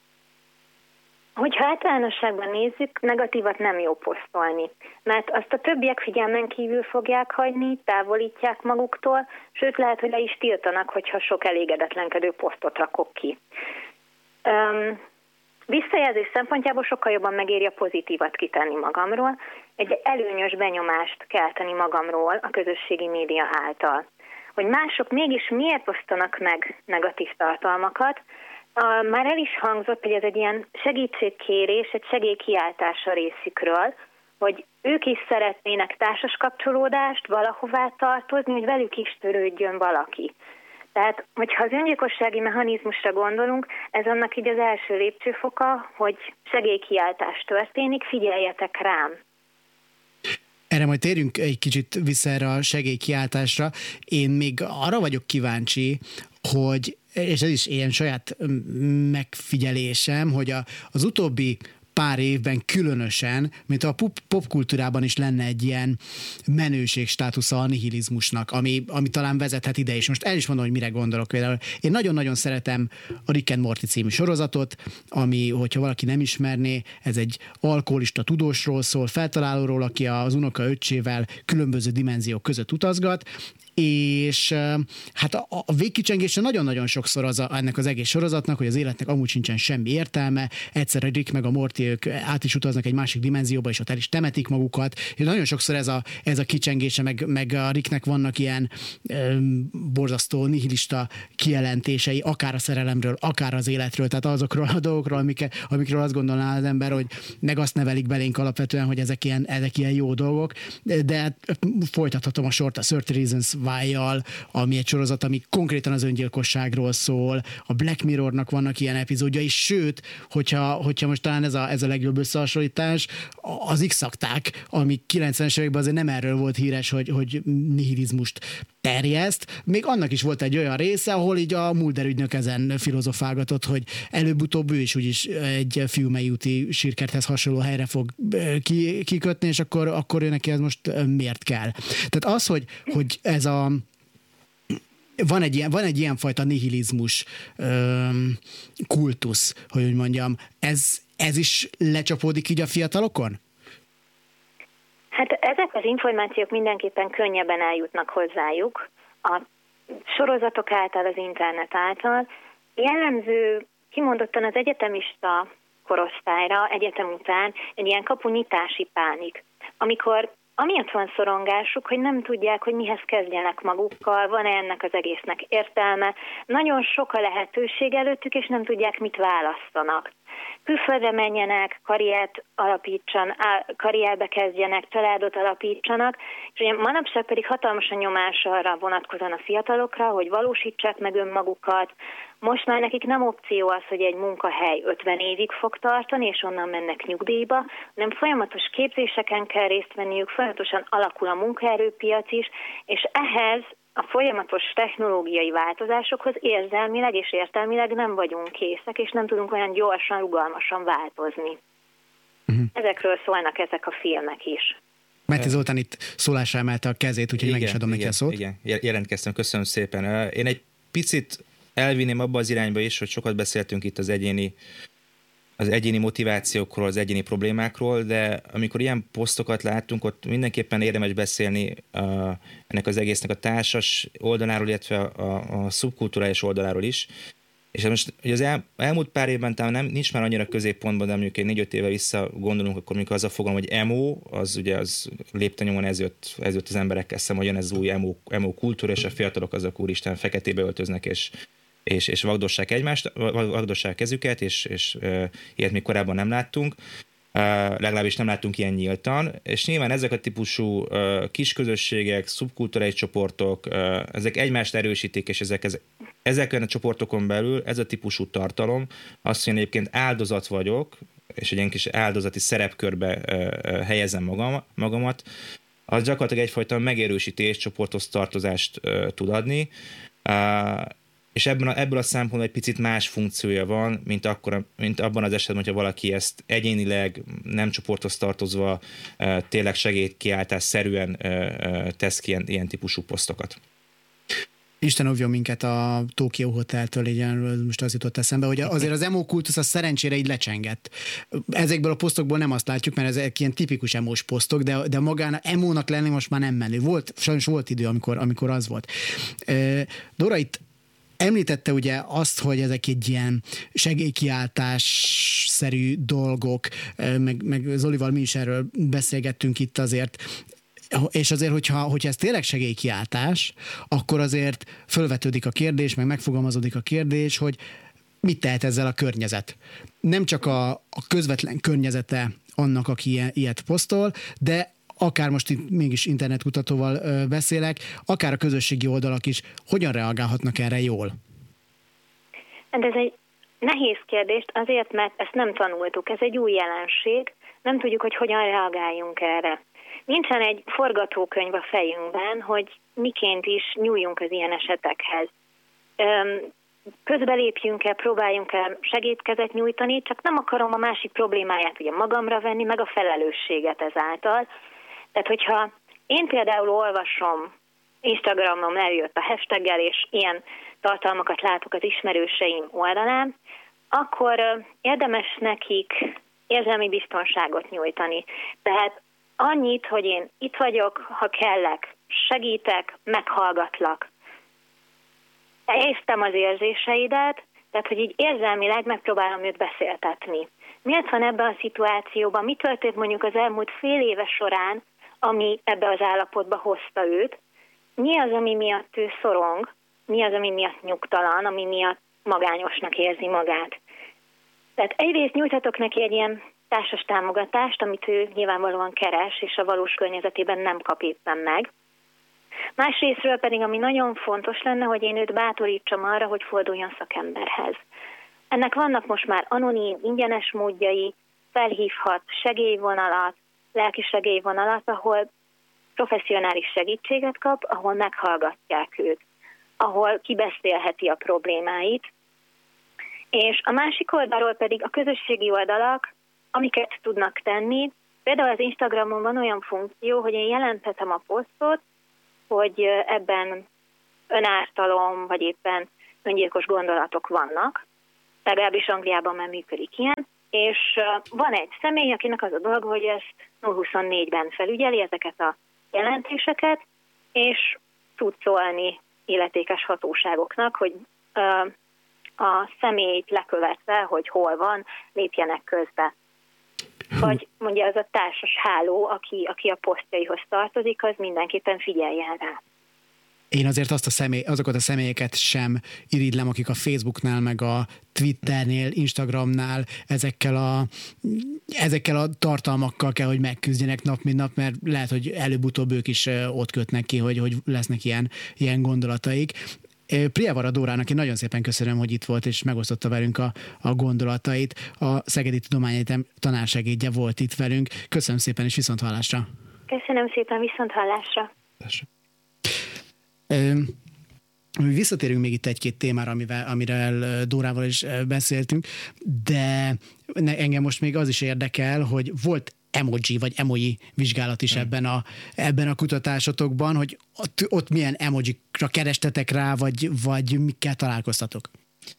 Hogyha általánosságban nézzük, negatívat nem jó posztolni, mert azt a többiek figyelmen kívül fogják hagyni, távolítják maguktól, sőt lehet, hogy le is tiltanak, hogyha sok elégedetlenkedő posztot rakok ki. Um, Visszajelzés szempontjából sokkal jobban megéri a pozitívat kitenni magamról, egy előnyös benyomást kelteni magamról a közösségi média által. Hogy mások mégis miért osztanak meg negatív tartalmakat, már el is hangzott, hogy ez egy ilyen segítségkérés, egy segélykiáltás a részükről, hogy ők is szeretnének társas kapcsolódást, valahová tartozni, hogy velük is törődjön valaki. Tehát, hogyha az öngyilkossági mechanizmusra gondolunk, ez annak így az első lépcsőfoka, hogy segélykiáltás történik, figyeljetek rám. Erre majd térjünk egy kicsit vissza erre a segélykiáltásra. Én még arra vagyok kíváncsi, hogy, és ez is ilyen saját megfigyelésem, hogy a, az utóbbi pár évben különösen, mint a popkultúrában is lenne egy ilyen menőségstátusza a nihilizmusnak, ami, ami talán vezethet ide is. Most el is mondom, hogy mire gondolok. Például én nagyon-nagyon szeretem a Rick and Morty című sorozatot, ami, hogyha valaki nem ismerné, ez egy alkoholista tudósról szól, feltalálóról, aki az unoka öccsével különböző dimenziók között utazgat, és hát a, a végkicsengése nagyon-nagyon sokszor az a, ennek az egész sorozatnak, hogy az életnek amúgy sincsen semmi értelme, egyszer a Rick meg a Morty ők át is utaznak egy másik dimenzióba, és ott el is temetik magukat, és nagyon sokszor ez a, ez a kicsengése, meg, meg a Ricknek vannak ilyen ö, borzasztó nihilista kijelentései, akár a szerelemről, akár az életről, tehát azokról a dolgokról, amik, amikről azt gondolná az ember, hogy meg azt nevelik belénk alapvetően, hogy ezek ilyen, ezek ilyen jó dolgok, de folytathatom a sort a thirty Reasons Why-jal, ami egy sorozat, ami konkrétan az öngyilkosságról szól, a Black Mirrornak vannak ilyen epizódjai, sőt, hogyha, hogyha most talán ez a, ez a legjobb összehasonlítás, az X-akták, ami kilencvenes években azért nem erről volt híres, hogy, hogy nihilizmust terjeszt, még annak is volt egy olyan része, ahol így a Mulder ügynök ezen filozofálgatott, hogy előbb-utóbb ő is úgyis egy fiumei úti sírkerthez hasonló helyre fog kikötni, és akkor, akkor ő neki ez most miért kell. Tehát az, hogy, hogy ez a Van egy, ilyen, van egy ilyenfajta nihilizmus öm, kultusz, hogy úgy mondjam. Ez, ez is lecsapódik így a fiatalokon? Hát ezek az információk mindenképpen könnyebben eljutnak hozzájuk a sorozatok által, az internet által. Jellemző kimondottan az egyetemista korosztályra, egyetem után egy ilyen kapunyitási pánik, amikor amiatt van szorongásuk, hogy nem tudják, hogy mihez kezdjenek magukkal, van-e ennek az egésznek értelme. Nagyon sok a lehetőség előttük, és nem tudják, mit választanak. külföldre menjenek, karriert alapítsan, karrierbe kezdjenek, családot alapítsanak, és ugye manapság pedig hatalmas a nyomás arra vonatkozóan a fiatalokra, hogy valósítsák meg önmagukat. Most már nekik nem opció az, hogy egy munkahely ötven évig fog tartani, és onnan mennek nyugdíjba, hanem folyamatos képzéseken kell részt venniük, folyamatosan alakul a munkaerőpiac is, és ehhez a folyamatos technológiai változásokhoz érzelmileg és értelmileg nem vagyunk készek, és nem tudunk olyan gyorsan, rugalmasan változni. Uh-huh. Ezekről szólnak ezek a filmek is. Máté Zoltán itt szólásra emelte a kezét, úgyhogy igen, meg is adom igen, neki a szót. Igen, jelentkeztem, köszönöm szépen. Én egy picit elvinném abba az irányba is, hogy sokat beszéltünk itt az egyéni az egyéni motivációkról, az egyéni problémákról, de amikor ilyen posztokat láttunk, ott mindenképpen érdemes beszélni uh, ennek az egésznek a társas oldaláról, illetve a, a szubkulturális oldaláról is. És most ugye az el, elmúlt pár évben talán nem, nincs már annyira középpontban, de mondjuk egy négy-öt éve vissza gondolunk, akkor mikor az a fogalom, hogy emo, az ugye az lépten ez jött, ez jött az emberekkel szemben, hogy jön ez az új emo, emo kultúra, és a fiatalok azok úristen feketébe öltöznek, és és, és vagdossák egymást, vagdossák kezüket, és, és e, ilyet még korábban nem láttunk, e, legalábbis nem láttunk ilyen nyíltan, és nyilván ezek a típusú e, kisközösségek, szubkulturális csoportok, e, ezek egymást erősítik, és ezek, ez, ezeken a csoportokon belül ez a típusú tartalom, azt, hogy én egyébként áldozat vagyok, és egy ilyen kis áldozati szerepkörbe e, e, helyezem magam, magamat, az gyakorlatilag egyfajta megerősítés, csoporthoz tartozást e, tud adni, e, és ebben a, ebből a szempontból egy picit más funkciója van, mint, akkor, mint abban az esetben, hogyha valaki ezt egyénileg, nem csoporthoz tartozva, tényleg segédkiáltás-szerűen tesz ki ilyen, ilyen típusú posztokat. Isten óvjon minket a Tokyo Hoteltől, így most az jutott eszembe, hogy azért az emo kultusz az szerencsére így lecsengett. Ezekből a posztokból nem azt látjuk, mert ezek ilyen tipikus emós posztok, de, de magán emónak lenni most már nem menő. Volt, sajnos volt idő, amikor, amikor az volt. Dóra itt említette ugye azt, hogy ezek egy ilyen segélykiáltás-szerű dolgok, meg, meg Zolival mi is erről beszélgettünk itt azért, és azért, hogyha, hogyha ez tényleg segélykiáltás, akkor azért fölvetődik a kérdés, meg megfogalmazódik a kérdés, hogy mit tehet ezzel a környezet. Nem csak a, a közvetlen környezete annak, aki ilyet posztol, de akár most itt mégis internetkutatóval ö, beszélek, akár a közösségi oldalak is, hogyan reagálhatnak erre jól? De ez egy nehéz kérdés, azért, mert ezt nem tanultuk. Ez egy új jelenség, nem tudjuk, hogy hogyan reagáljunk erre. Nincsen egy forgatókönyv a fejünkben, hogy miként is nyúljunk az ilyen esetekhez. Közbelépjünk-e, próbáljunk-e segédkezet nyújtani, csak nem akarom a másik problémáját ugye magamra venni, meg a felelősséget ezáltal. Tehát, hogyha én például olvasom, Instagramon eljött a hashtaggel, és ilyen tartalmakat látok az ismerőseim oldalán, akkor érdemes nekik érzelmi biztonságot nyújtani. Tehát annyit, hogy én itt vagyok, ha kellek, segítek, meghallgatlak. Értem az érzéseidet, tehát, hogy így érzelmileg megpróbálom őt beszéltetni. Miért van ebben a szituációban? Mi történt mondjuk az elmúlt fél éve során, ami ebbe az állapotba hozta őt? Mi az, ami miatt ő szorong? Mi az, ami miatt nyugtalan, ami miatt magányosnak érzi magát? Tehát egyrészt nyújthatok neki egy ilyen társas támogatást, amit ő nyilvánvalóan keres, és a valós környezetében nem kap éppen meg. Másrésztről pedig, ami nagyon fontos lenne, hogy én őt bátorítsam arra, hogy forduljon szakemberhez. Ennek vannak most már anonim, ingyenes módjai, felhívhat segélyvonalat, lelki segélyvonalat, ahol professzionális segítséget kap, ahol meghallgatják őt, ahol kibeszélheti a problémáit. És a másik oldalról pedig a közösségi oldalak, amiket tudnak tenni. Például az Instagramon van olyan funkció, hogy én jelenthetem a posztot, hogy ebben önártalom, vagy éppen öngyilkos gondolatok vannak. Legalábbis Angliában már működik ilyen. És van egy személy, akinek az a dolga, hogy ezt nulla huszonnégyben felügyeli ezeket a jelentéseket, és tud szólni illetékes hatóságoknak, hogy a személyt lekövetve, hogy hol van, lépjenek közbe. Vagy mondja az a társas háló, aki, aki a posztjaihoz tartozik, az mindenképpen figyeljen rá. Én azért azt a személy, azokat a személyeket sem irigylem, akik a Facebooknál, meg a Twitternél, Instagramnál ezekkel a, ezekkel a tartalmakkal kell, hogy megküzdjenek nap, mint nap, mert lehet, hogy előbb-utóbb ők is ott kötnek ki, hogy, hogy lesznek ilyen, ilyen gondolataik. Prievara Dórának én nagyon szépen köszönöm, hogy itt volt, és megosztotta velünk a, a gondolatait. A Szegedi Tudományegyetem tanársegédje volt itt velünk. Köszönöm szépen, és viszont hallásra. Köszönöm szépen, viszont hallásra. Visszatérünk még itt egy-két témára, amivel, amiről Dórával is beszéltünk, de engem most még az is érdekel, hogy volt emoji vagy emoji vizsgálat is hmm. ebben, a, ebben a kutatásotokban, hogy ott, ott milyen emojikra kerestetek rá, vagy, vagy mikkel találkoztatok?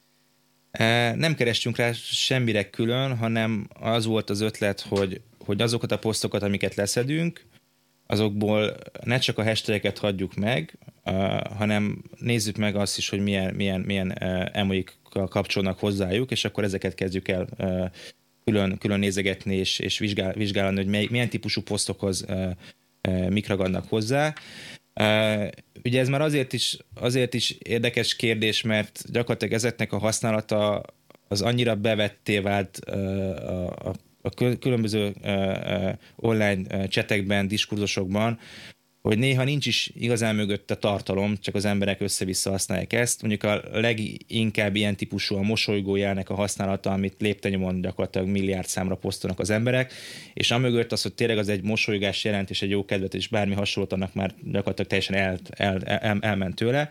Nem kerestünk rá semmire külön, hanem az volt az ötlet, hogy, hogy azokat a posztokat, amiket leszedünk, azokból ne csak a hashtageket hagyjuk meg, uh, hanem nézzük meg azt is, hogy milyen, milyen, milyen uh, emojikkal kapcsolnak hozzájuk, és akkor ezeket kezdjük el uh, külön, külön nézegetni, és, és vizsgál, vizsgálni, hogy mely, milyen típusú posztokhoz uh, uh, mik ragadnak hozzá. Uh, ugye ez már azért is, azért is érdekes kérdés, mert gyakorlatilag ezeknek a használata az annyira bevetté vált uh, a, a a különböző uh, online uh, csetekben, diskurzusokban, hogy néha nincs is igazán mögötte tartalom, csak az emberek össze-vissza használják ezt. Mondjuk a leginkább ilyen típusú a mosolygójelnek a használata, amit léptennyomon gyakorlatilag milliárd számra posztolnak az emberek, és amögött az, hogy tényleg az egy mosolygás jelent, és egy jó kedvet, és bármi hasonlót, annak már gyakorlatilag teljesen el, el, el, elment tőle.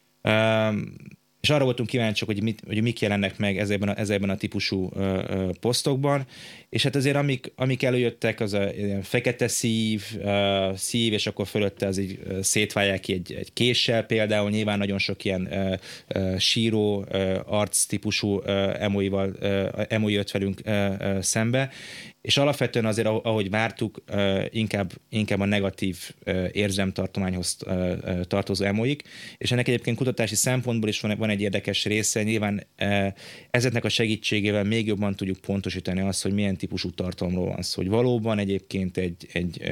Um, és arra voltunk kíváncsiak, hogy, mit, hogy mik jelennek meg ezekben a, ezekben a típusú ö, ö, posztokban, és hát azért amik, amik előjöttek, az a ilyen fekete szív, ö, szív, és akkor fölötte az így szétválják ki egy, egy késsel például, nyilván nagyon sok ilyen ö, ö, síró, ö, arc típusú ö, emoival, ö, emoi jött velünk ö, ö, szembe, és alapvetően azért, ahogy vártuk, inkább, inkább a negatív érzelemtartományhoz tartozó emoik, és ennek egyébként kutatási szempontból is van, van egy érdekes része, nyilván ezeknek a segítségével még jobban tudjuk pontosítani azt, hogy milyen típusú tartalomról van szó, hogy valóban egyébként egy, egy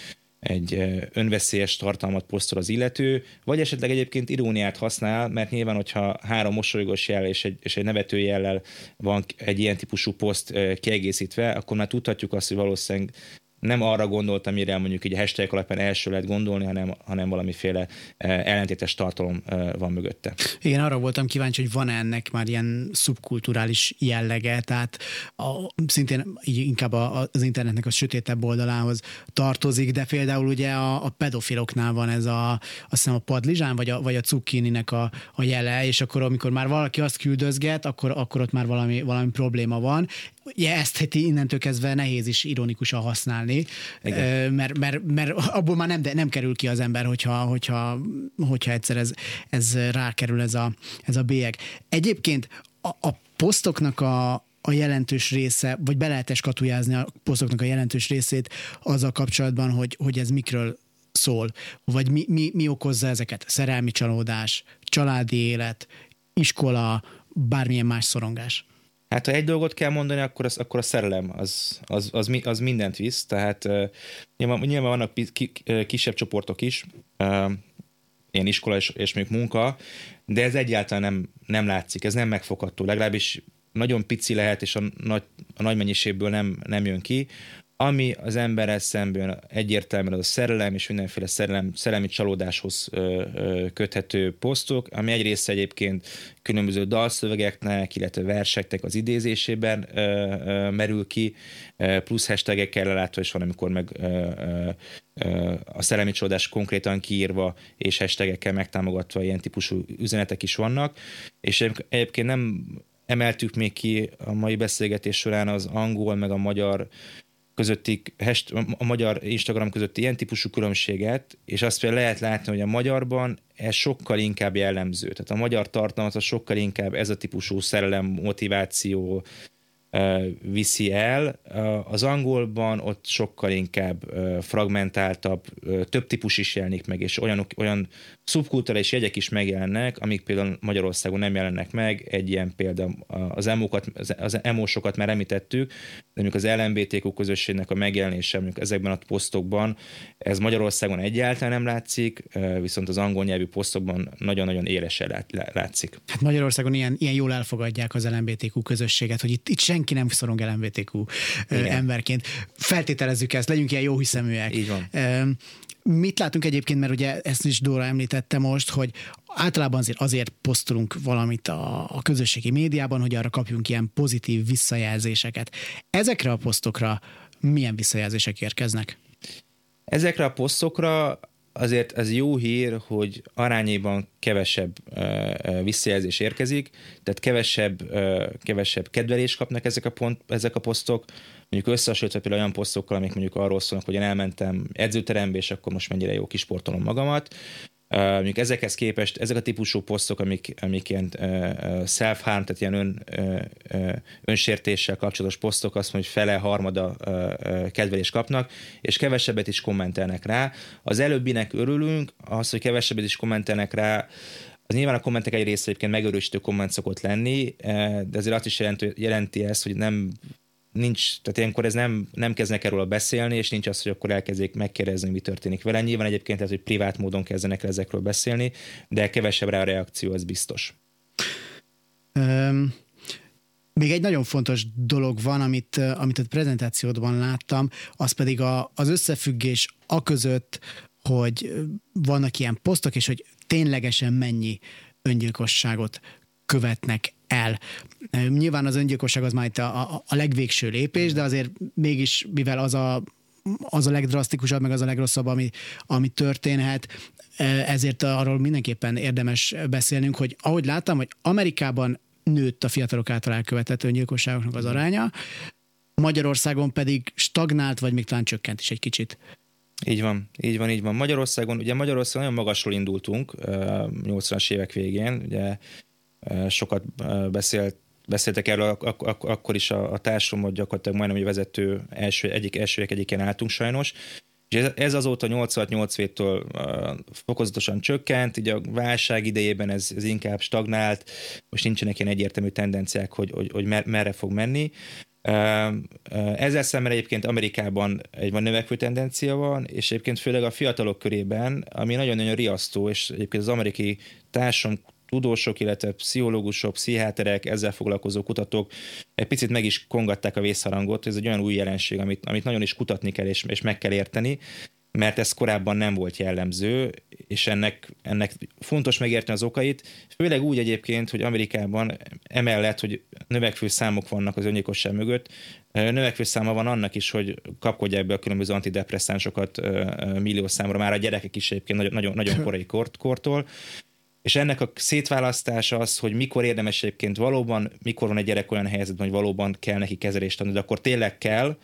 egy önveszélyes tartalmat posztol az illető, vagy esetleg egyébként iróniát használ, mert nyilván, hogyha három mosolygós jel és egy, és egy nevető jellel van egy ilyen típusú poszt kiegészítve, akkor már tudhatjuk azt, hogy valószínűleg nem arra gondolt, amire mondjuk így a hashtag alapján első lehet gondolni, hanem, hanem valamiféle ellentétes tartalom van mögötte. Igen, arra voltam kíváncsi, hogy van ennek már ilyen szubkulturális jellege, tehát a, szintén inkább a, az internetnek a sötétebb oldalához tartozik, de például ugye a, a pedofiloknál van ez a, azt hiszem a padlizsán, vagy a, vagy a cukkininek a, a jele, és akkor amikor már valaki azt küldözget, akkor, akkor ott már valami, valami probléma van. Ugye ezt innentől kezdve nehéz is ironikusan használni, mert, mert, mert abból már nem, de nem kerül ki az ember, hogyha, hogyha, hogyha egyszer ez, ez rákerül ez a, ez a bélyeg. Egyébként a, a posztoknak a, a jelentős része, vagy be lehet skatujázni a posztoknak a jelentős részét azzal kapcsolatban, hogy, hogy ez mikről szól, vagy mi, mi, mi okozza ezeket? Szerelmi csalódás, családi élet, iskola, bármilyen más szorongás. Hát ha egy dolgot kell mondani, akkor, az, akkor a szerelem az, az, az, az mindent visz, tehát uh, nyilván, nyilván vannak ki, kisebb csoportok is, uh, ilyen iskola és, és még munka, de ez egyáltalán nem, nem látszik, ez nem megfogható, legalábbis nagyon pici lehet, és a nagy, a nagy mennyiségből nem, nem jön ki. Ami az emberrel szemben egyértelműen az a szerelem és mindenféle szerelem, szerelmi csalódáshoz ö, ö, köthető posztok, ami egy része egyébként különböző dalszövegeknek, illetve verseknek az idézésében ö, ö, merül ki, ö, plusz hashtagekkel látva is van, amikor meg ö, ö, ö, a szerelmi csalódás konkrétan kiírva és hashtagekkel megtámogatva ilyen típusú üzenetek is vannak, és egyébként nem emeltük még ki a mai beszélgetés során az angol meg a magyar közötti, a magyar Instagram közötti ilyen típusú különbséget, és azt például lehet látni, hogy a magyarban ez sokkal inkább jellemző. Tehát a magyar tartalmat az sokkal inkább ez a típusú szerelem, motiváció, viszi el. Az angolban ott sokkal inkább fragmentáltabb, több típus is jelenik meg, és olyan, olyan szubkulturális jegyek is megjelennek, amik például Magyarországon nem jelennek meg. Egy ilyen példa az emókat, az emósokat már említettük, de mondjuk az el em bé té kú közösségnek a megjelenése mondjuk ezekben a posztokban, ez Magyarországon egyáltalán nem látszik, viszont az angol nyelvű posztokban nagyon-nagyon élesen látszik. Hát Magyarországon ilyen, ilyen jól elfogadják az el em bé té kú közösséget, hogy itt, itt senki nem szorong el em bé té kú Igen. emberként. Feltételezzük ezt, legyünk ilyen jó hiszeműek. Így van. Mit látunk egyébként, mert ugye ezt is Dóra említette most, hogy általában azért, azért posztolunk valamit a, a közösségi médiában, hogy arra kapjunk ilyen pozitív visszajelzéseket. Ezekre a posztokra milyen visszajelzések érkeznek? Ezekre a posztokra azért ez jó hír, hogy arányében kevesebb uh, visszajelzés érkezik, tehát kevesebb, uh, kevesebb kedvelést kapnak ezek a, pont, ezek a posztok, mondjuk összehasonlítva például olyan posztokkal, amik mondjuk arról szólnak, hogy én elmentem edzőterembe, és akkor most mennyire jó kisportolom magamat. Uh, mondjuk ezekhez képest, ezek a típusú posztok, amik, amik ilyen uh, self-harm, tehát ilyen ön, uh, uh, önsértéssel kapcsolatos posztok, azt mondja, hogy fele, harmada uh, uh, kedvelést kapnak, és kevesebbet is kommentelnek rá. Az előbbinek örülünk, az, hogy kevesebbet is kommentelnek rá, az nyilván a kommentek egy része egyébként megerősítő komment szokott lenni, uh, de azért azt is jelenti, jelenti ezt, hogy nem nincs, tehát ilyenkor ez nem, nem kezdnek erről beszélni, és nincs az, hogy akkor elkezdjék megkérdezni, mi történik vele. Nyilván egyébként ez, hogy privát módon kezdenek el ezekről beszélni, de kevesebb rá a reakció, ez biztos. Um, még egy nagyon fontos dolog van, amit, amit a prezentációdban láttam, az pedig a, az összefüggés a között, hogy vannak ilyen posztok, és hogy ténylegesen mennyi öngyilkosságot követnek el. Nyilván az öngyilkosság az már itt a, a, a legvégső lépés, de azért mégis, mivel az a, az a legdrasztikusabb, meg az a legrosszabb, ami, ami történhet, ezért arról mindenképpen érdemes beszélnünk, hogy ahogy láttam, hogy Amerikában nőtt a fiatalok által elkövetett öngyilkosságoknak az aránya, Magyarországon pedig stagnált, vagy még talán csökkent is egy kicsit. Így van, így van, így van. Magyarországon, ugye Magyarországon nagyon magasról indultunk, nyolcvanas évek végén, ugye sokat beszélt, beszéltek erről ak- ak- akkor is a, a társadalmat, gyakorlatilag majdnem, hogy vezető első, egyik elsőek egyikén álltunk sajnos. És ez, ez azóta nyolcvanhat-nyolcvanégytől uh, fokozatosan csökkent, így a válság idejében ez, ez inkább stagnált, most nincsenek ilyen egyértelmű tendenciák, hogy, hogy, hogy mer, merre fog menni. Uh, uh, ezzel szemben egyébként Amerikában egy van növekvő tendencia van, és egyébként főleg a fiatalok körében, ami nagyon-nagyon riasztó, és egyébként az amerikai társadalom tudósok, illetve pszichológusok, pszichiáterek, ezzel foglalkozó kutatók egy picit meg is kongatták a vészharangot. Ez egy olyan új jelenség, amit, amit nagyon is kutatni kell és, és meg kell érteni, mert ez korábban nem volt jellemző, és ennek, ennek fontos megérteni az okait, főleg úgy egyébként, hogy Amerikában emellett, hogy növekvő számok vannak az öngyilkosság mögött, növekvő száma van annak is, hogy kapkodják be a különböző antidepresszánsokat millió számra, már a gyerekek is egyébként nagyon, nagyon, nagyon korai kort, kortól, és ennek a szétválasztása az, hogy mikor érdemes egyébként valóban, mikor van egy gyerek olyan helyzetben, hogy valóban kell neki kezelést adni, de akkor tényleg kell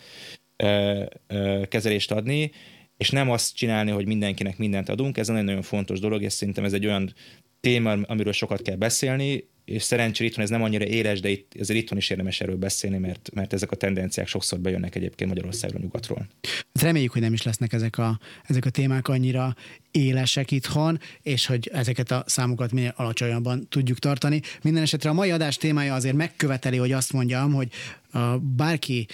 ö, ö, kezelést adni, és nem azt csinálni, hogy mindenkinek mindent adunk. Ez egy nagyon fontos dolog, és szerintem ez egy olyan téma, amiről sokat kell beszélni, és szerencsére itthon ez nem annyira éles, de itt, azért itthon is érdemes erről beszélni, mert, mert ezek a tendenciák sokszor bejönnek egyébként Magyarországról, nyugatról. Reméljük, hogy nem is lesznek ezek a, ezek a témák annyira élesek itthon, és hogy ezeket a számokat minél alacsonyabban tudjuk tartani. Minden esetre a mai adás témája azért megköveteli, hogy azt mondjam, hogy a bárkinek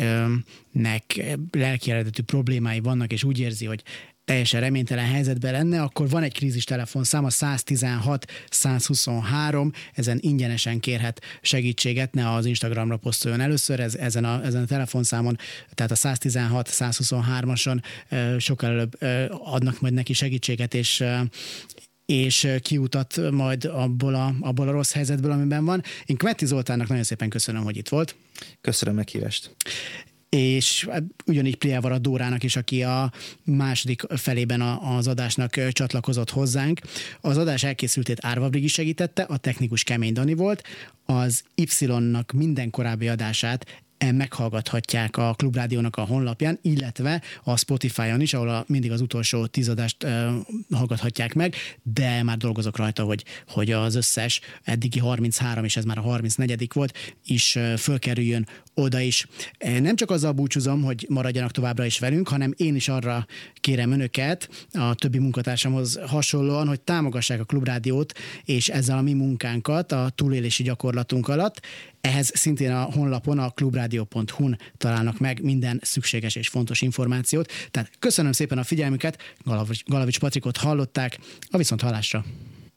lelki eredetű problémái vannak, és úgy érzi, hogy teljesen reménytelen helyzetben lenne, akkor van egy krízis telefonszám, a száz tizenhat száz huszonhárom, ezen ingyenesen kérhet segítséget, ne az Instagramra posztoljon először, ez, ezen, a, ezen a telefonszámon, tehát a száz tizenhat száz huszonhármason sokkal előbb adnak majd neki segítséget, és és kiutat majd abból a, abból a rossz helyzetből, amiben van. Én Kmetti Zoltánnak nagyon szépen köszönöm, hogy itt volt. Köszönöm meghívást. És ugyanígy Pliávara Dórának is, aki a második felében az adásnak csatlakozott hozzánk. Az adás elkészültét Árva Brigi segítette, a technikus Kemény Dani volt, az Y-nak minden korábbi adását meghallgathatják a Klubrádiónak a honlapján, illetve a Spotify-on is, ahol a, mindig az utolsó tizadást uh, hallgathatják meg, de már dolgozok rajta, hogy, hogy az összes eddigi harminchárom, és ez már a harmincnegyedik volt, is uh, fölkerüljön oda is. Nem csak azzal búcsúzom, hogy maradjanak továbbra is velünk, hanem én is arra kérem önöket, a többi munkatársamhoz hasonlóan, hogy támogassák a Klubrádiót, és ezzel a mi munkánkat a túlélési gyakorlatunk alatt. Ehhez szintén a honlapon, a klubradio pont hu-n találnak meg minden szükséges és fontos információt. Tehát köszönöm szépen a figyelmüket, Galavics, Galavics Patrikot hallották, a viszonthallásra.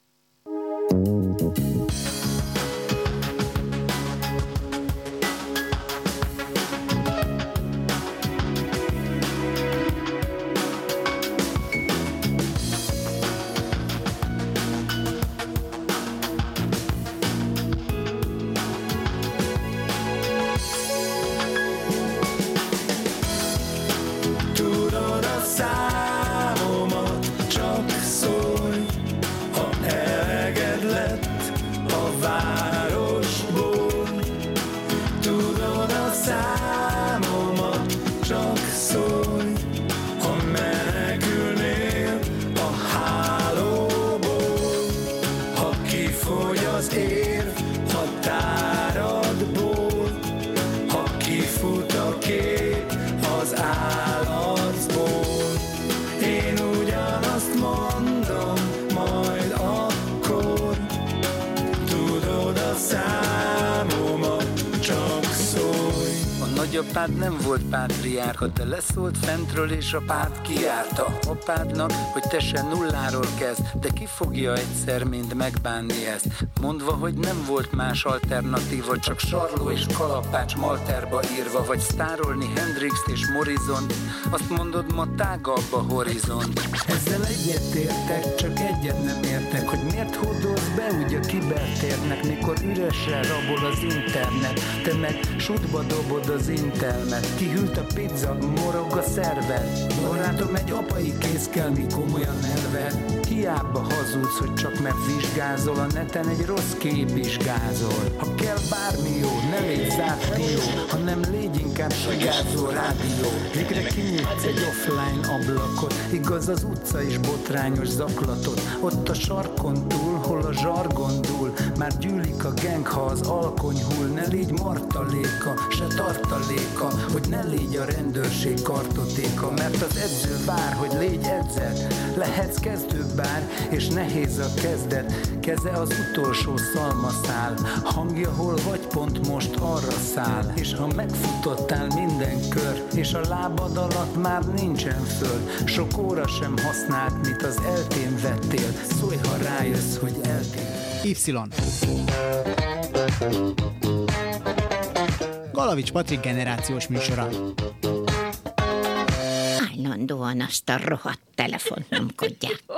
Nagyapád nem volt pátriárka, de leszólt fentről és a párt kiárta apádnak, hogy te se nulláról kezd, de ki fogja egyszer mind megbánni ezt, mondva, hogy nem volt más alternatíva, csak Sarló és Kalapács Malterba írva, vagy sztárolni Hendrix és Morrison, azt mondod, ma tágabb a horizont. Ezzel egyetértek, csak egyet nem értek, hogy miért hódolsz be úgy a kibertérnek, mikor üresre rabol az internet, te meg sutba dobod az intelmet, kihűlt a pizza, morog a szerved, barátom, egy apai kész kell, mi komolyan nerved, hiába hazudsz, hogy csak mert vizsgázol, a neten egy rossz kép is gázol. Ha kell bármi jó, ne légy zárt dió, hanem légy inkább sugázó rádió. Végre kinyitsz egy offline ablakot, igaz az utca is botrányos zaklatot, ott a sarkon túl, hol a zsargon dúl, már gyűlik a geng, ha az alkony hull, ne légy martaléka, se tartaléka, hogy ne légy a rendőrség kartotéka, mert az edző vár, hogy légy edzett, lehetsz kezdőbár, és nehéz a kezdet, keze az utolsó szalmaszál, hangja hol vagy pont most arra száll, és ha megfutottál minden kör, és a lábad alatt már nincsen föl, sok óra sem használt, mit az eltén vettél, szólj, ha rájössz, hogy eltén. Y. Galavics Patrik generációs műsora. Állandóan azt a rohadt telefont nyomkodják.